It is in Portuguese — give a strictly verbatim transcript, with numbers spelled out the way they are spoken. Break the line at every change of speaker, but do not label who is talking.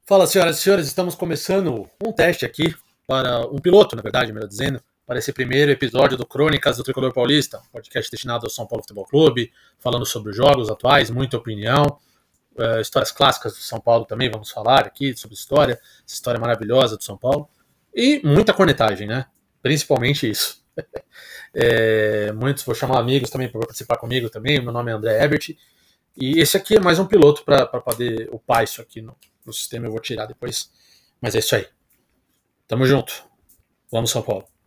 Fala, senhoras e senhores, estamos começando um teste aqui, para um piloto, na verdade, melhor dizendo, para esse primeiro episódio do Crônicas do Tricolor Paulista, podcast destinado ao São Paulo Futebol Clube, falando sobre os jogos atuais, muita opinião, uh, histórias clássicas do São Paulo também, vamos falar aqui sobre história, essa história maravilhosa do São Paulo, e muita cornetagem, né? Principalmente isso. é, muitos, vou chamar amigos também para participar comigo também, meu nome é André Ebert, e esse aqui é mais um piloto para poder upar isso aqui no, no sistema, eu vou tirar depois. Mas é isso aí. Tamo junto. Vamos, São Paulo.